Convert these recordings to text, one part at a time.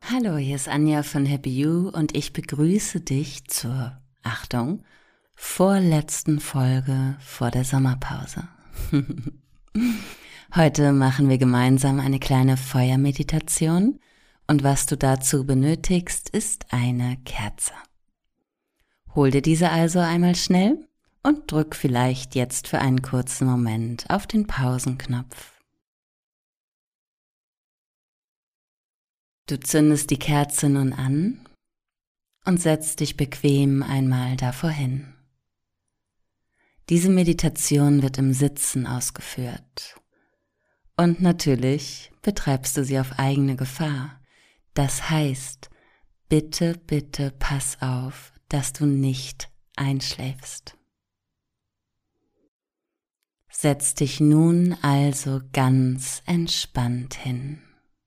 Hallo, hier ist Anja von Happy You und ich begrüße dich zur, Achtung, vorletzten Folge vor der Sommerpause. Heute machen wir gemeinsam eine kleine Feuermeditation und was du dazu benötigst, ist eine Kerze. Hol dir diese also einmal schnell und drück vielleicht jetzt für einen kurzen Moment auf den Pausenknopf. Du zündest die Kerze nun an und setzt dich bequem einmal davor hin. Diese Meditation wird im Sitzen ausgeführt. Und natürlich betreibst du sie auf eigene Gefahr. Das heißt, bitte, bitte pass auf, dass du nicht einschläfst. Setz dich nun also ganz entspannt hin.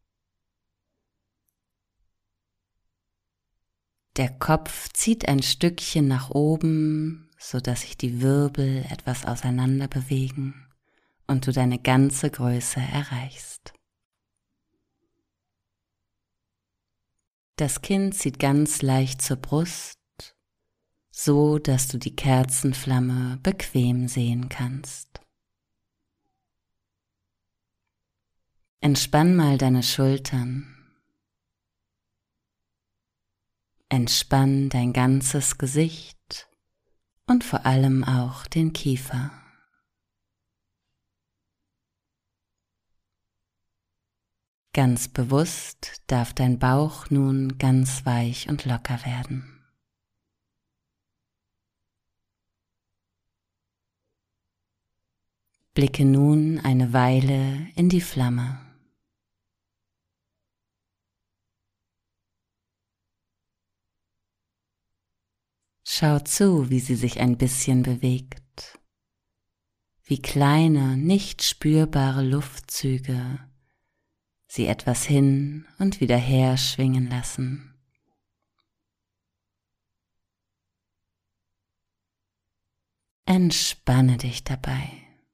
Der Kopf zieht ein Stückchen nach oben, sodass sich die Wirbel etwas auseinander bewegen und du deine ganze Größe erreichst. Das Kinn zieht ganz leicht zur Brust, so dass du die Kerzenflamme bequem sehen kannst. Entspann mal deine Schultern. Entspann dein ganzes Gesicht und vor allem auch den Kiefer. Ganz bewusst darf dein Bauch nun ganz weich und locker werden. Blicke nun eine Weile in die Flamme. Schau zu, wie sie sich ein bisschen bewegt, wie kleine, nicht spürbare Luftzüge sie etwas hin und wieder her schwingen lassen. Entspanne dich dabei.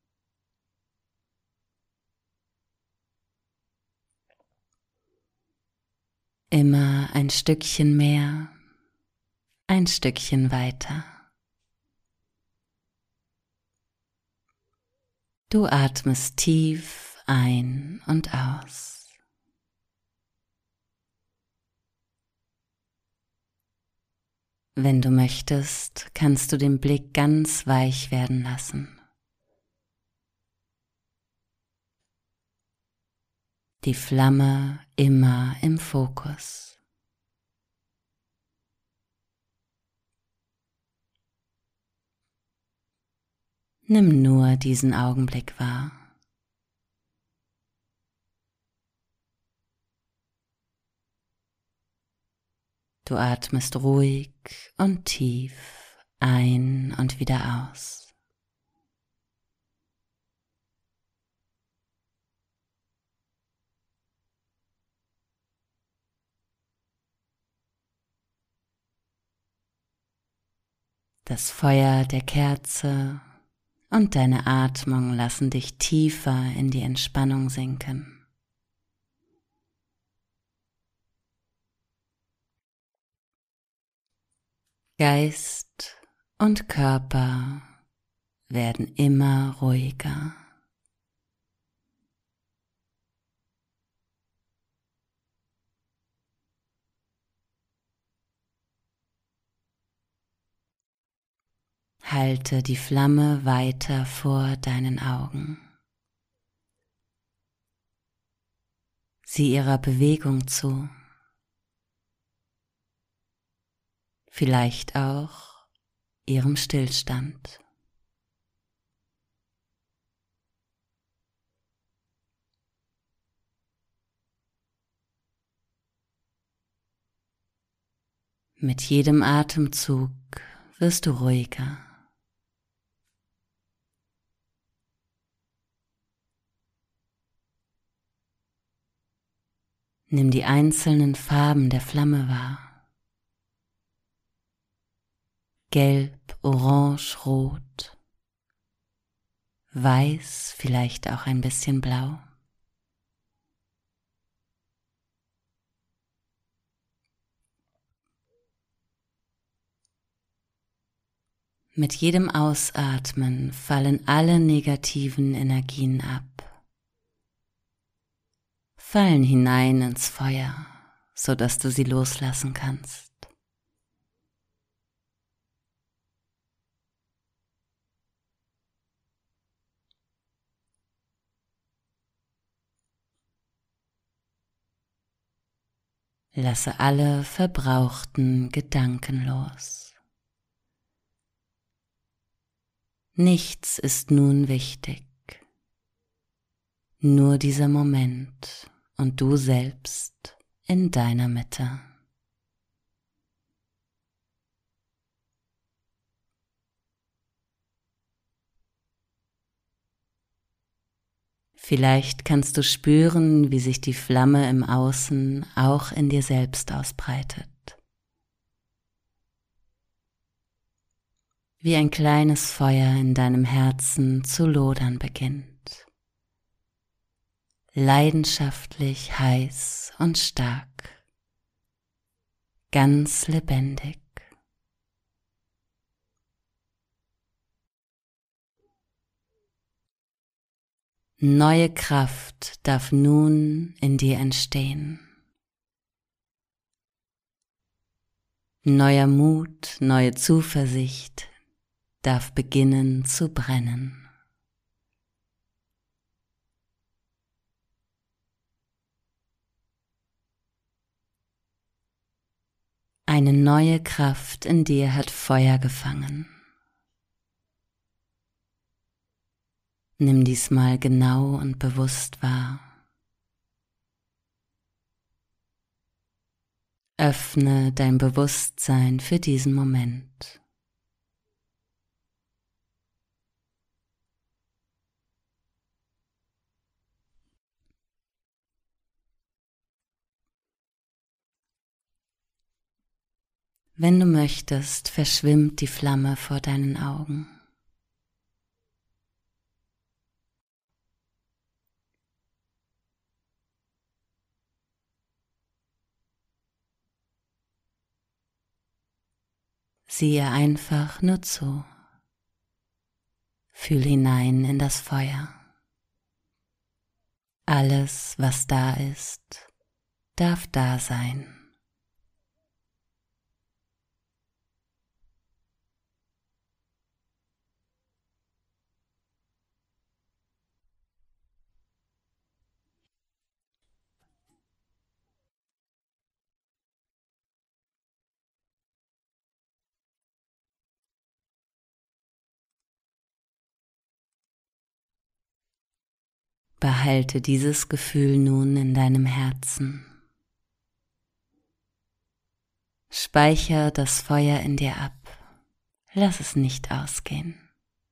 Immer ein Stückchen mehr, ein Stückchen weiter. Du atmest tief ein und aus. Wenn du möchtest, kannst du den Blick ganz weich werden lassen. Die Flamme immer im Fokus. Nimm nur diesen Augenblick wahr. Du atmest ruhig und tief ein und wieder aus. Das Feuer der Kerze und deine Atmung lassen dich tiefer in die Entspannung sinken. Geist und Körper werden immer ruhiger. Halte die Flamme weiter vor deinen Augen. Sieh ihrer Bewegung zu. Vielleicht auch ihrem Stillstand. Mit jedem Atemzug wirst du ruhiger. Nimm die einzelnen Farben der Flamme wahr. Gelb, orange, rot, weiß, vielleicht auch ein bisschen blau. Mit jedem Ausatmen fallen alle negativen Energien ab, fallen hinein ins Feuer, sodass du sie loslassen kannst. Lasse alle verbrauchten Gedanken los. Nichts ist nun wichtig, nur dieser Moment und du selbst in deiner Mitte. Vielleicht kannst du spüren, wie sich die Flamme im Außen auch in dir selbst ausbreitet. Wie ein kleines Feuer in deinem Herzen zu lodern beginnt. Leidenschaftlich, heiß und stark. Ganz lebendig. Neue Kraft darf nun in dir entstehen. Neuer Mut, neue Zuversicht darf beginnen zu brennen. Eine neue Kraft in dir hat Feuer gefangen. Nimm diesmal genau und bewusst wahr. Öffne dein Bewusstsein für diesen Moment. Wenn du möchtest, verschwimmt die Flamme vor deinen Augen. Siehe einfach nur zu. Fühl hinein in das Feuer. Alles, was da ist, darf da sein. Behalte dieses Gefühl nun in deinem Herzen. Speicher das Feuer in dir ab. Lass es nicht ausgehen.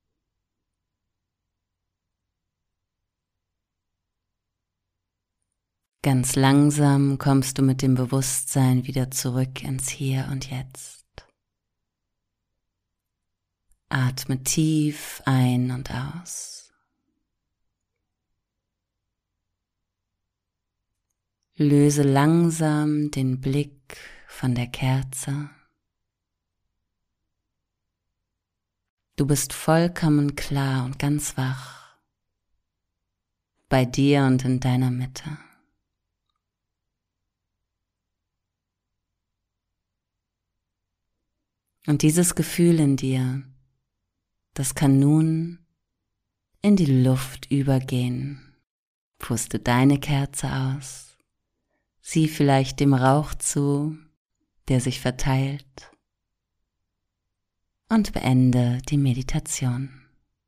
Ganz langsam kommst du mit dem Bewusstsein wieder zurück ins Hier und Jetzt. Atme tief ein und aus. Löse langsam den Blick von der Kerze. Du bist vollkommen klar und ganz wach, bei dir und in deiner Mitte. Und dieses Gefühl in dir, das kann nun in die Luft übergehen. Puste deine Kerze aus. Sieh vielleicht dem Rauch zu, der sich verteilt, und beende die Meditation.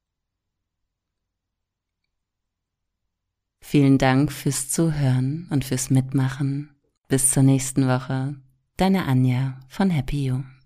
Vielen Dank fürs Zuhören und fürs Mitmachen. Bis zur nächsten Woche. Deine Anja von Happy You.